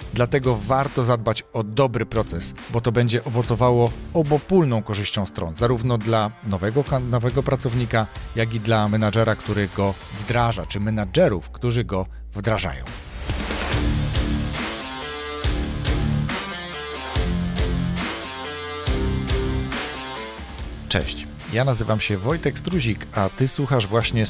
Dlatego warto zadbać o dobry proces, bo to będzie owocowało obopólną korzyścią stron, zarówno dla nowego pracownika, jak i dla menadżera, który go wdraża, czy menadżerów, którzy go wdrażają. Cześć, ja nazywam się Wojtek Struzik, a Ty słuchasz właśnie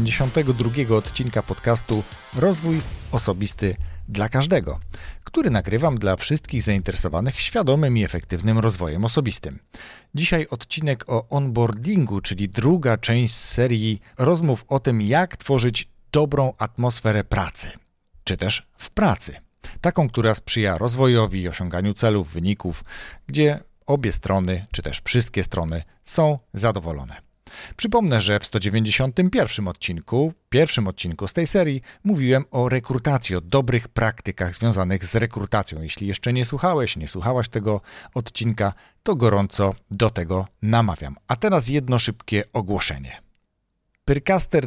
192 odcinka podcastu Rozwój Osobisty dla Każdego, który nagrywam dla wszystkich zainteresowanych świadomym i efektywnym rozwojem osobistym. Dzisiaj odcinek o onboardingu, czyli druga część serii rozmów o tym, jak tworzyć dobrą atmosferę pracy, czy też w pracy. Taką, która sprzyja rozwojowi i osiąganiu celów, wyników, gdzie obie strony, czy też wszystkie strony są zadowolone. Przypomnę, że w 191 pierwszym odcinku z tej serii mówiłem o rekrutacji, o dobrych praktykach związanych z rekrutacją. Jeśli jeszcze nie słuchałaś tego odcinka, to gorąco do tego namawiam. A teraz jedno szybkie ogłoszenie. Pyrcaster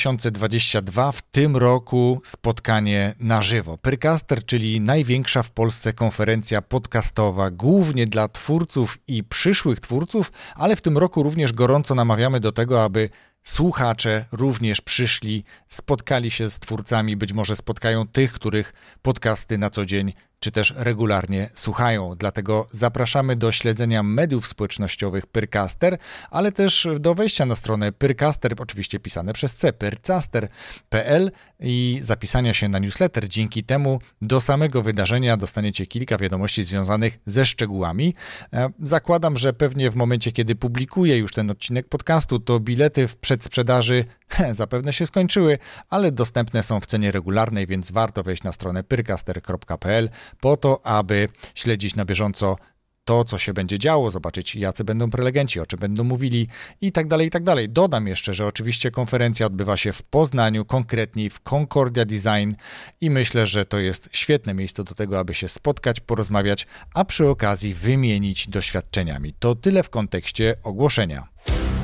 2022 w tym roku spotkanie na żywo. Pyrcaster, czyli największa w Polsce konferencja podcastowa, głównie dla twórców i przyszłych twórców, ale w tym roku również gorąco namawiamy do tego, aby słuchacze również przyszli, spotkali się z twórcami, być może spotkają tych, których podcasty na co dzień czy też regularnie słuchają. Dlatego zapraszamy do śledzenia mediów społecznościowych Pyrcaster, ale też do wejścia na stronę Pyrcaster, oczywiście pisane przez C, pyrcaster.pl i zapisania się na newsletter. Dzięki temu do samego wydarzenia dostaniecie kilka wiadomości związanych ze szczegółami. Zakładam, że pewnie w momencie, kiedy publikuję już ten odcinek podcastu, to bilety w przedsprzedaży zapewne się skończyły, ale dostępne są w cenie regularnej, więc warto wejść na stronę pyrcaster.pl po to, aby śledzić na bieżąco to, co się będzie działo, zobaczyć, jacy będą prelegenci, o czym będą mówili i tak dalej, i tak dalej. Dodam jeszcze, że oczywiście konferencja odbywa się w Poznaniu, konkretniej w Concordia Design i myślę, że to jest świetne miejsce do tego, aby się spotkać, porozmawiać, a przy okazji wymienić doświadczeniami. To tyle w kontekście ogłoszenia.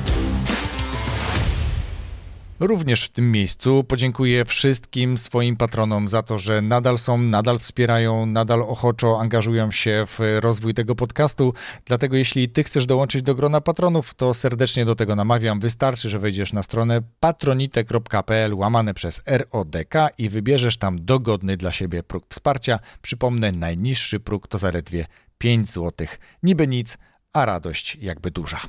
Również w tym miejscu podziękuję wszystkim swoim patronom za to, że nadal wspierają, nadal ochoczo angażują się w rozwój tego podcastu. Dlatego jeśli Ty chcesz dołączyć do grona patronów, to serdecznie do tego namawiam. Wystarczy, że wejdziesz na stronę patronite.pl/RODK i wybierzesz tam dogodny dla siebie próg wsparcia. Przypomnę, najniższy próg to zaledwie 5 zł. Niby nic, a radość jakby duża.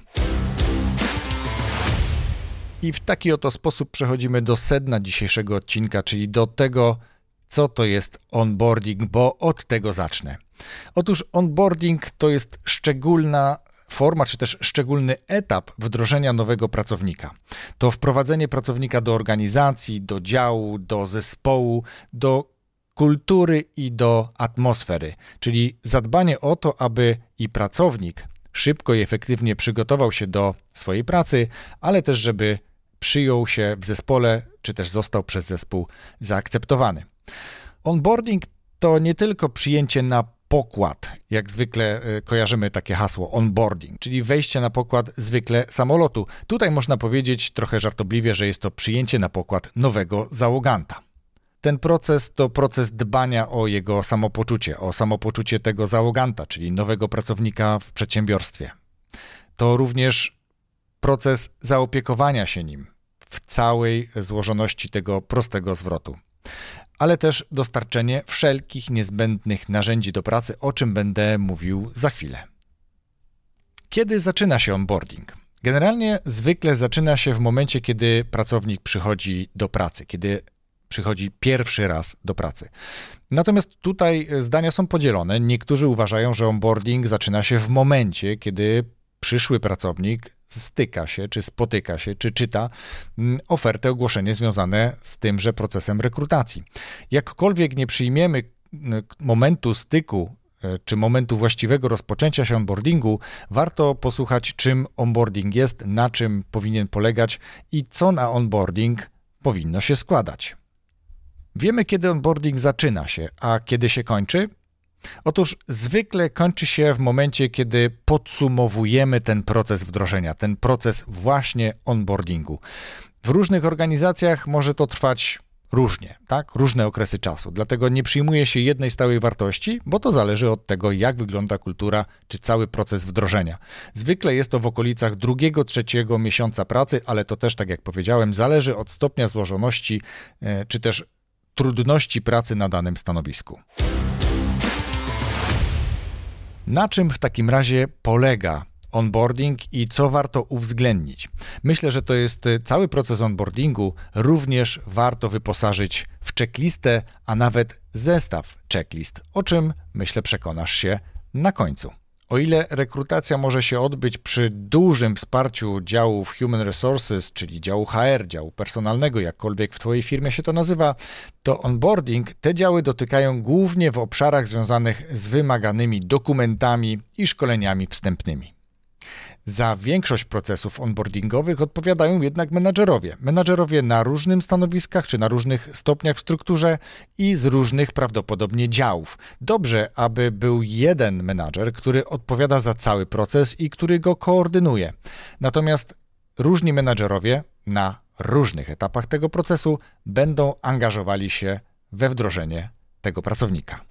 I w taki oto sposób przechodzimy do sedna dzisiejszego odcinka, czyli do tego, co to jest onboarding, bo od tego zacznę. Otóż onboarding to jest szczególna forma, czy też szczególny etap wdrożenia nowego pracownika. To wprowadzenie pracownika do organizacji, do działu, do zespołu, do kultury i do atmosfery, czyli zadbanie o to, aby i pracownik szybko i efektywnie przygotował się do swojej pracy, ale też żeby przyjął się w zespole, czy też został przez zespół zaakceptowany. Onboarding to nie tylko przyjęcie na pokład, jak zwykle kojarzymy takie hasło onboarding, czyli wejście na pokład zwykle samolotu. Tutaj można powiedzieć trochę żartobliwie, że jest to przyjęcie na pokład nowego załoganta. Ten proces to proces dbania o jego samopoczucie, o samopoczucie tego załoganta, czyli nowego pracownika w przedsiębiorstwie. To również proces zaopiekowania się nim w całej złożoności tego prostego zwrotu, ale też dostarczenie wszelkich niezbędnych narzędzi do pracy, o czym będę mówił za chwilę. Kiedy zaczyna się onboarding? Generalnie zwykle zaczyna się w momencie, kiedy pracownik przychodzi do pracy, kiedy przychodzi pierwszy raz do pracy. Natomiast tutaj zdania są podzielone. Niektórzy uważają, że onboarding zaczyna się w momencie, kiedy przyszły pracownik styka się, czy spotyka się, czy czyta ofertę, ogłoszenie związane z tymże procesem rekrutacji. Jakkolwiek nie przyjmiemy momentu styku, czy momentu właściwego rozpoczęcia się onboardingu, warto posłuchać, czym onboarding jest, na czym powinien polegać i co na onboarding powinno się składać. Wiemy, kiedy onboarding zaczyna się, a kiedy się kończy? Otóż zwykle kończy się w momencie, kiedy podsumowujemy ten proces wdrożenia, ten proces właśnie onboardingu. W różnych organizacjach może to trwać różnie, tak? Różne okresy czasu. Dlatego nie przyjmuje się jednej stałej wartości, bo to zależy od tego, jak wygląda kultura czy cały proces wdrożenia. Zwykle jest to w okolicach 2-3 miesiąca pracy, ale to też, tak jak powiedziałem, zależy od stopnia złożoności czy też trudności pracy na danym stanowisku. Na czym w takim razie polega onboarding i co warto uwzględnić? Myślę, że to jest cały proces onboardingu, również warto wyposażyć w checklistę, a nawet zestaw checklist, o czym myślę przekonasz się na końcu. O ile rekrutacja może się odbyć przy dużym wsparciu działów Human Resources, czyli działu HR, działu personalnego, jakkolwiek w Twojej firmie się to nazywa, to onboarding te działy dotykają głównie w obszarach związanych z wymaganymi dokumentami i szkoleniami wstępnymi. Za większość procesów onboardingowych odpowiadają jednak menadżerowie. Menadżerowie na różnych stanowiskach czy na różnych stopniach w strukturze i z różnych prawdopodobnie działów. Dobrze, aby był jeden menadżer, który odpowiada za cały proces i który go koordynuje. Natomiast różni menadżerowie na różnych etapach tego procesu będą angażowali się we wdrożenie tego pracownika.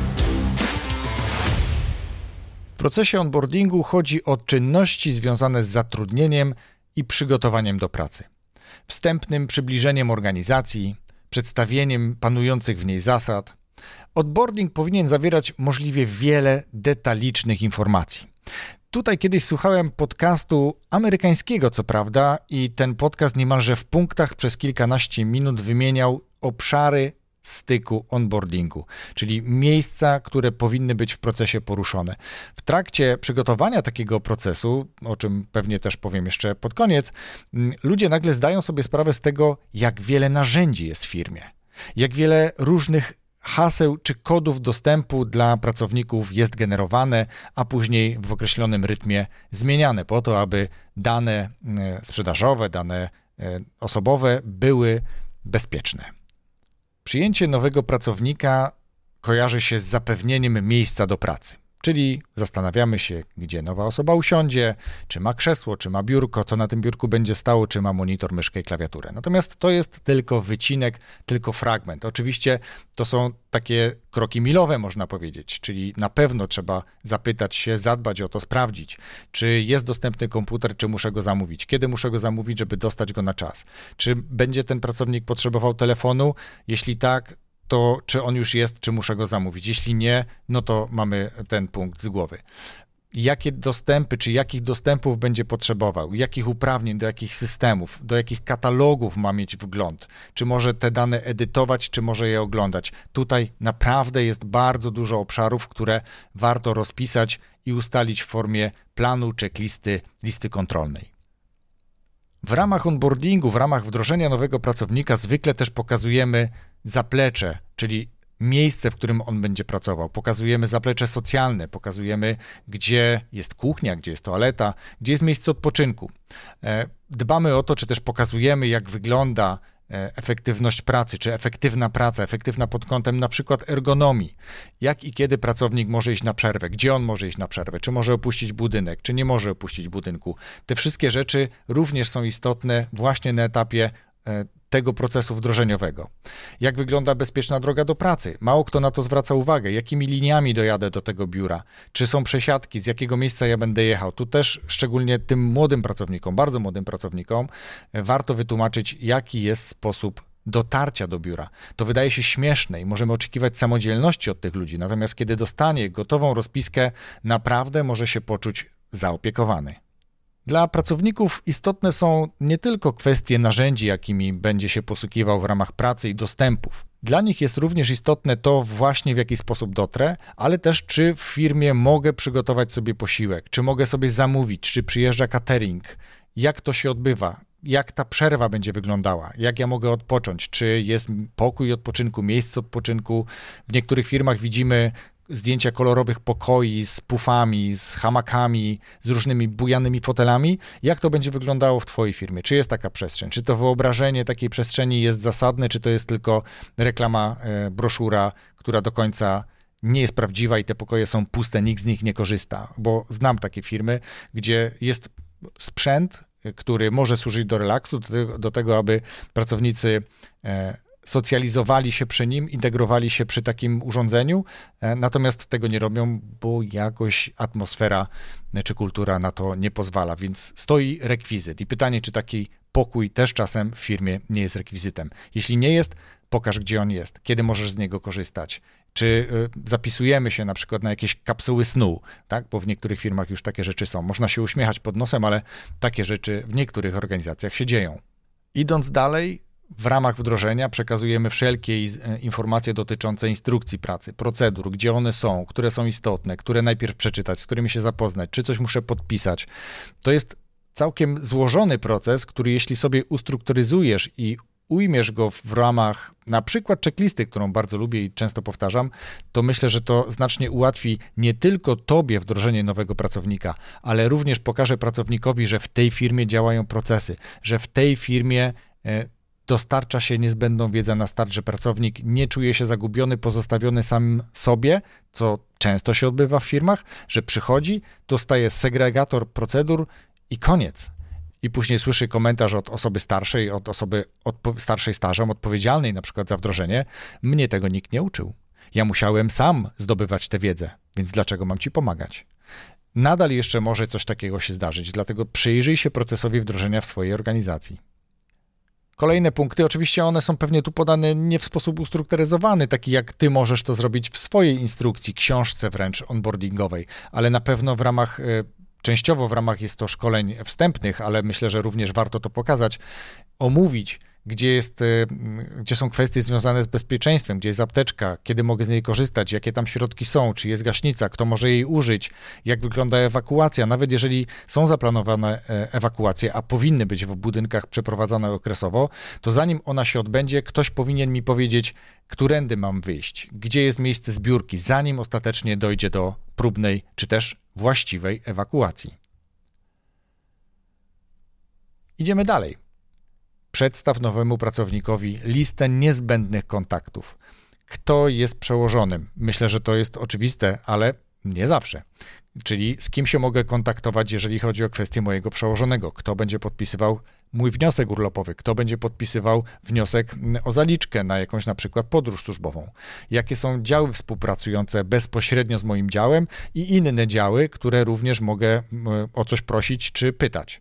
W procesie onboardingu chodzi o czynności związane z zatrudnieniem i przygotowaniem do pracy, wstępnym przybliżeniem organizacji, przedstawieniem panujących w niej zasad. Onboarding powinien zawierać możliwie wiele detalicznych informacji. Tutaj kiedyś słuchałem podcastu amerykańskiego, co prawda, i ten podcast niemalże w punktach przez kilkanaście minut wymieniał obszary styku onboardingu, czyli miejsca, które powinny być w procesie poruszone. W trakcie przygotowania takiego procesu, o czym pewnie też powiem jeszcze pod koniec, ludzie nagle zdają sobie sprawę z tego, jak wiele narzędzi jest w firmie, jak wiele różnych haseł czy kodów dostępu dla pracowników jest generowane, a później w określonym rytmie zmieniane po to, aby dane sprzedażowe, dane osobowe były bezpieczne. Przyjęcie nowego pracownika kojarzy się z zapewnieniem miejsca do pracy, czyli zastanawiamy się, gdzie nowa osoba usiądzie, czy ma krzesło, czy ma biurko, co na tym biurku będzie stało, czy ma monitor, myszkę i klawiaturę. Natomiast to jest tylko wycinek, tylko fragment. Oczywiście to są takie kroki milowe, można powiedzieć, czyli na pewno trzeba zapytać się, zadbać o to, sprawdzić, czy jest dostępny komputer, czy muszę go zamówić, kiedy muszę go zamówić, żeby dostać go na czas, czy będzie ten pracownik potrzebował telefonu, jeśli tak, to czy on już jest, czy muszę go zamówić. Jeśli nie, no to mamy ten punkt z głowy. Jakie dostępy, czy jakich dostępów będzie potrzebował, jakich uprawnień, do jakich systemów, do jakich katalogów ma mieć wgląd, czy może te dane edytować, czy może je oglądać. Tutaj naprawdę jest bardzo dużo obszarów, które warto rozpisać i ustalić w formie planu, checklisty, listy kontrolnej. W ramach onboardingu, w ramach wdrożenia nowego pracownika zwykle też pokazujemy zaplecze, czyli miejsce, w którym on będzie pracował. Pokazujemy zaplecze socjalne, pokazujemy, gdzie jest kuchnia, gdzie jest toaleta, gdzie jest miejsce odpoczynku. Dbamy o to, czy też pokazujemy, jak wygląda efektywność pracy, czy efektywna praca, efektywna pod kątem na przykład ergonomii. Jak i kiedy pracownik może iść na przerwę, gdzie on może iść na przerwę, czy może opuścić budynek, czy nie może opuścić budynku. Te wszystkie rzeczy również są istotne właśnie na etapie tego procesu wdrożeniowego. Jak wygląda bezpieczna droga do pracy? Mało kto na to zwraca uwagę. Jakimi liniami dojadę do tego biura? Czy są przesiadki? Z jakiego miejsca ja będę jechał? Tu też szczególnie tym młodym pracownikom, bardzo młodym pracownikom warto wytłumaczyć, jaki jest sposób dotarcia do biura. To wydaje się śmieszne i możemy oczekiwać samodzielności od tych ludzi, natomiast kiedy dostanie gotową rozpiskę, naprawdę może się poczuć zaopiekowany. Dla pracowników istotne są nie tylko kwestie narzędzi, jakimi będzie się posługiwał w ramach pracy i dostępów. Dla nich jest również istotne to właśnie w jaki sposób dotrę, ale też czy w firmie mogę przygotować sobie posiłek, czy mogę sobie zamówić, czy przyjeżdża catering, jak to się odbywa, jak ta przerwa będzie wyglądała, jak ja mogę odpocząć, czy jest pokój odpoczynku, miejsce odpoczynku. W niektórych firmach widzimy zdjęcia kolorowych pokoi z pufami, z hamakami, z różnymi bujanymi fotelami. Jak to będzie wyglądało w Twojej firmie? Czy jest taka przestrzeń? Czy to wyobrażenie takiej przestrzeni jest zasadne, czy to jest tylko reklama, broszura, która do końca nie jest prawdziwa i te pokoje są puste, nikt z nich nie korzysta? Bo znam takie firmy, gdzie jest sprzęt, który może służyć do relaksu, do tego, aby pracownicy socjalizowali się przy nim, integrowali się przy takim urządzeniu, natomiast tego nie robią, bo jakoś atmosfera czy kultura na to nie pozwala, więc stoi rekwizyt. I pytanie, czy taki pokój też czasem w firmie nie jest rekwizytem. Jeśli nie jest, pokaż, gdzie on jest, kiedy możesz z niego korzystać. Czy zapisujemy się na przykład na jakieś kapsuły snu, tak? Bo w niektórych firmach już takie rzeczy są. Można się uśmiechać pod nosem, ale takie rzeczy w niektórych organizacjach się dzieją. Idąc dalej, w ramach wdrożenia przekazujemy wszelkie informacje dotyczące instrukcji pracy, procedur, gdzie one są, które są istotne, które najpierw przeczytać, z którymi się zapoznać, czy coś muszę podpisać. To jest całkiem złożony proces, który jeśli sobie ustrukturyzujesz i ujmiesz go w ramach na przykład checklisty, którą bardzo lubię i często powtarzam, to myślę, że to znacznie ułatwi nie tylko tobie wdrożenie nowego pracownika, ale również pokaże pracownikowi, że w tej firmie działają procesy, że w tej firmie dostarcza się niezbędną wiedzę na start, że pracownik nie czuje się zagubiony, pozostawiony sam sobie, co często się odbywa w firmach, że przychodzi, dostaje segregator procedur i koniec. I później słyszy komentarz od osoby starszej, od osoby starszej stażem, odpowiedzialnej na przykład za wdrożenie. Mnie tego nikt nie uczył. Ja musiałem sam zdobywać tę wiedzę, więc dlaczego mam ci pomagać? Nadal jeszcze może coś takiego się zdarzyć, dlatego przyjrzyj się procesowi wdrożenia w swojej organizacji. Kolejne punkty, oczywiście one są pewnie tu podane nie w sposób ustrukturyzowany, taki jak ty możesz to zrobić w swojej instrukcji, książce wręcz onboardingowej, ale na pewno częściowo w ramach jest to szkoleń wstępnych, ale myślę, że również warto to pokazać, omówić, gdzie są kwestie związane z bezpieczeństwem, gdzie jest apteczka, kiedy mogę z niej korzystać, jakie tam środki są, czy jest gaśnica, kto może jej użyć, jak wygląda ewakuacja. Nawet jeżeli są zaplanowane ewakuacje, a powinny być w budynkach przeprowadzane okresowo, to zanim ona się odbędzie, ktoś powinien mi powiedzieć, którędy mam wyjść, gdzie jest miejsce zbiórki, zanim ostatecznie dojdzie do próbnej, czy też właściwej ewakuacji. Idziemy dalej. Przedstaw nowemu pracownikowi listę niezbędnych kontaktów. Kto jest przełożonym? Myślę, że to jest oczywiste, ale nie zawsze. Czyli z kim się mogę kontaktować, jeżeli chodzi o kwestię mojego przełożonego? Kto będzie podpisywał mój wniosek urlopowy? Kto będzie podpisywał wniosek o zaliczkę na jakąś na przykład podróż służbową? Jakie są działy współpracujące bezpośrednio z moim działem i inne działy, które również mogę o coś prosić czy pytać?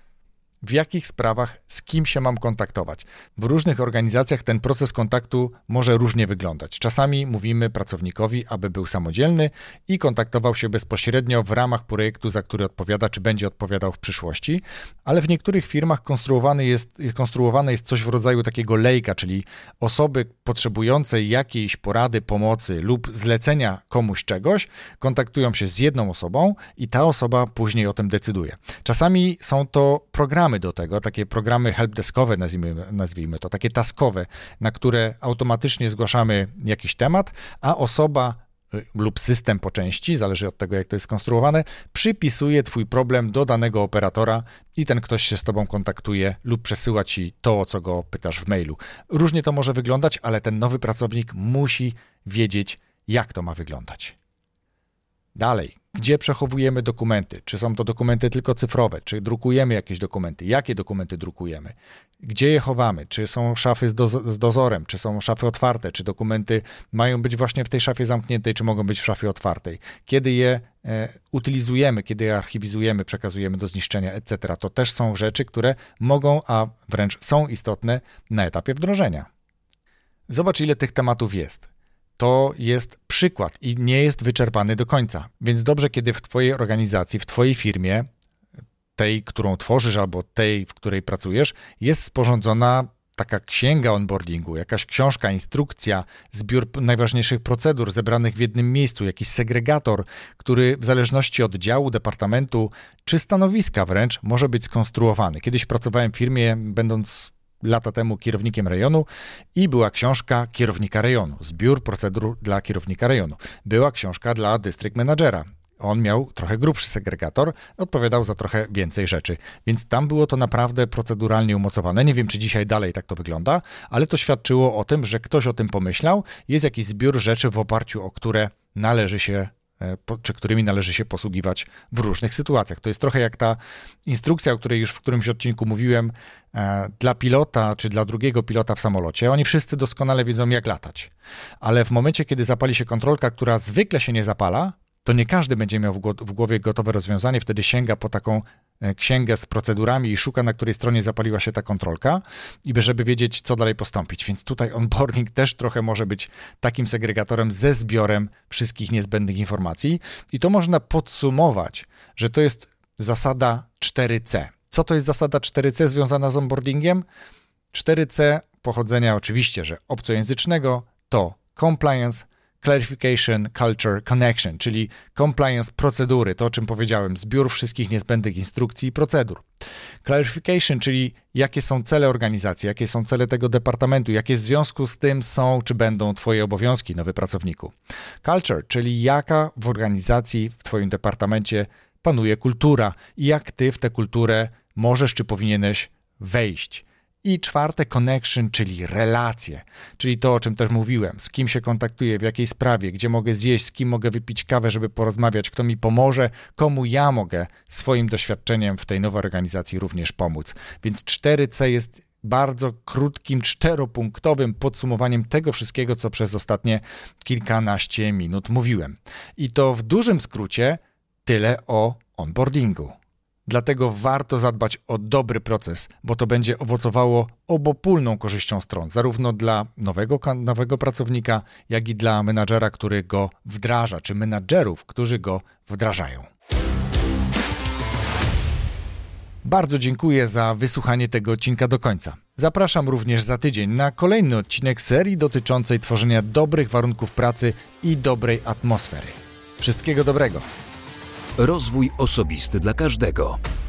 W jakich sprawach, z kim się mam kontaktować? W różnych organizacjach ten proces kontaktu może różnie wyglądać. Czasami mówimy pracownikowi, aby był samodzielny i kontaktował się bezpośrednio w ramach projektu, za który odpowiada, czy będzie odpowiadał w przyszłości, ale w niektórych firmach konstruowane jest coś w rodzaju takiego lejka, czyli osoby potrzebujące jakiejś porady, pomocy lub zlecenia komuś czegoś, kontaktują się z jedną osobą i ta osoba później o tym decyduje. Czasami są to programy do tego, takie programy helpdeskowe, nazwijmy to, takie taskowe, na które automatycznie zgłaszamy jakiś temat, a osoba lub system po części, zależy od tego, jak to jest skonstruowane, przypisuje twój problem do danego operatora i ten ktoś się z tobą kontaktuje lub przesyła ci to, o co go pytasz w mailu. Różnie to może wyglądać, ale ten nowy pracownik musi wiedzieć, jak to ma wyglądać. Dalej, gdzie przechowujemy dokumenty? Czy są to dokumenty tylko cyfrowe? Czy drukujemy jakieś dokumenty? Jakie dokumenty drukujemy? Gdzie je chowamy? Czy są szafy z dozorem? Czy są szafy otwarte? Czy dokumenty mają być właśnie w tej szafie zamkniętej? Czy mogą być w szafie otwartej? Kiedy je utylizujemy, kiedy je archiwizujemy, przekazujemy do zniszczenia, etc. To też są rzeczy, które mogą, a wręcz są istotne na etapie wdrożenia. Zobacz, ile tych tematów jest. To jest przykład i nie jest wyczerpany do końca. Więc dobrze, kiedy w twojej organizacji, w twojej firmie, tej, którą tworzysz albo tej, w której pracujesz, jest sporządzona taka księga onboardingu, jakaś książka, instrukcja, zbiór najważniejszych procedur zebranych w jednym miejscu, jakiś segregator, który w zależności od działu, departamentu czy stanowiska wręcz może być skonstruowany. Kiedyś pracowałem w firmie, będąc lata temu kierownikiem rejonu i była książka kierownika rejonu, zbiór procedur dla kierownika rejonu. Była książka dla district managera. On miał trochę grubszy segregator, odpowiadał za trochę więcej rzeczy, więc tam było to naprawdę proceduralnie umocowane. Nie wiem, czy dzisiaj dalej tak to wygląda, ale to świadczyło o tym, że ktoś o tym pomyślał, jest jakiś zbiór rzeczy, w oparciu o które należy się czy którymi należy się posługiwać w różnych sytuacjach. To jest trochę jak ta instrukcja, o której już w którymś odcinku mówiłem, dla pilota czy dla drugiego pilota w samolocie. Oni wszyscy doskonale wiedzą, jak latać. Ale w momencie, kiedy zapali się kontrolka, która zwykle się nie zapala, to nie każdy będzie miał w głowie gotowe rozwiązanie, wtedy sięga po taką księgę z procedurami i szuka, na której stronie zapaliła się ta kontrolka, i żeby wiedzieć, co dalej postąpić. Więc tutaj onboarding też trochę może być takim segregatorem ze zbiorem wszystkich niezbędnych informacji. I to można podsumować, że to jest zasada 4C. Co to jest zasada 4C związana z onboardingiem? 4C pochodzenia oczywiście, że obcojęzycznego, to compliance, clarification, culture, connection, czyli compliance, procedury, to o czym powiedziałem, zbiór wszystkich niezbędnych instrukcji i procedur. Clarification, czyli jakie są cele organizacji, jakie są cele tego departamentu, jakie w związku z tym są czy będą Twoje obowiązki, nowy pracowniku. Culture, czyli jaka w organizacji, w Twoim departamencie panuje kultura i jak Ty w tę kulturę możesz czy powinieneś wejść. I 4, connection, czyli relacje, czyli to, o czym też mówiłem, z kim się kontaktuję, w jakiej sprawie, gdzie mogę zjeść, z kim mogę wypić kawę, żeby porozmawiać, kto mi pomoże, komu ja mogę swoim doświadczeniem w tej nowej organizacji również pomóc. Więc 4C jest bardzo krótkim, 4-punktowym podsumowaniem tego wszystkiego, co przez ostatnie kilkanaście minut mówiłem. I to w dużym skrócie tyle o onboardingu. Dlatego warto zadbać o dobry proces, bo to będzie owocowało obopólną korzyścią stron, zarówno dla nowego pracownika, jak i dla menadżera, który go wdraża, czy menadżerów, którzy go wdrażają. Bardzo dziękuję za wysłuchanie tego odcinka do końca. Zapraszam również za tydzień na kolejny odcinek serii dotyczącej tworzenia dobrych warunków pracy i dobrej atmosfery. Wszystkiego dobrego. Rozwój osobisty dla każdego.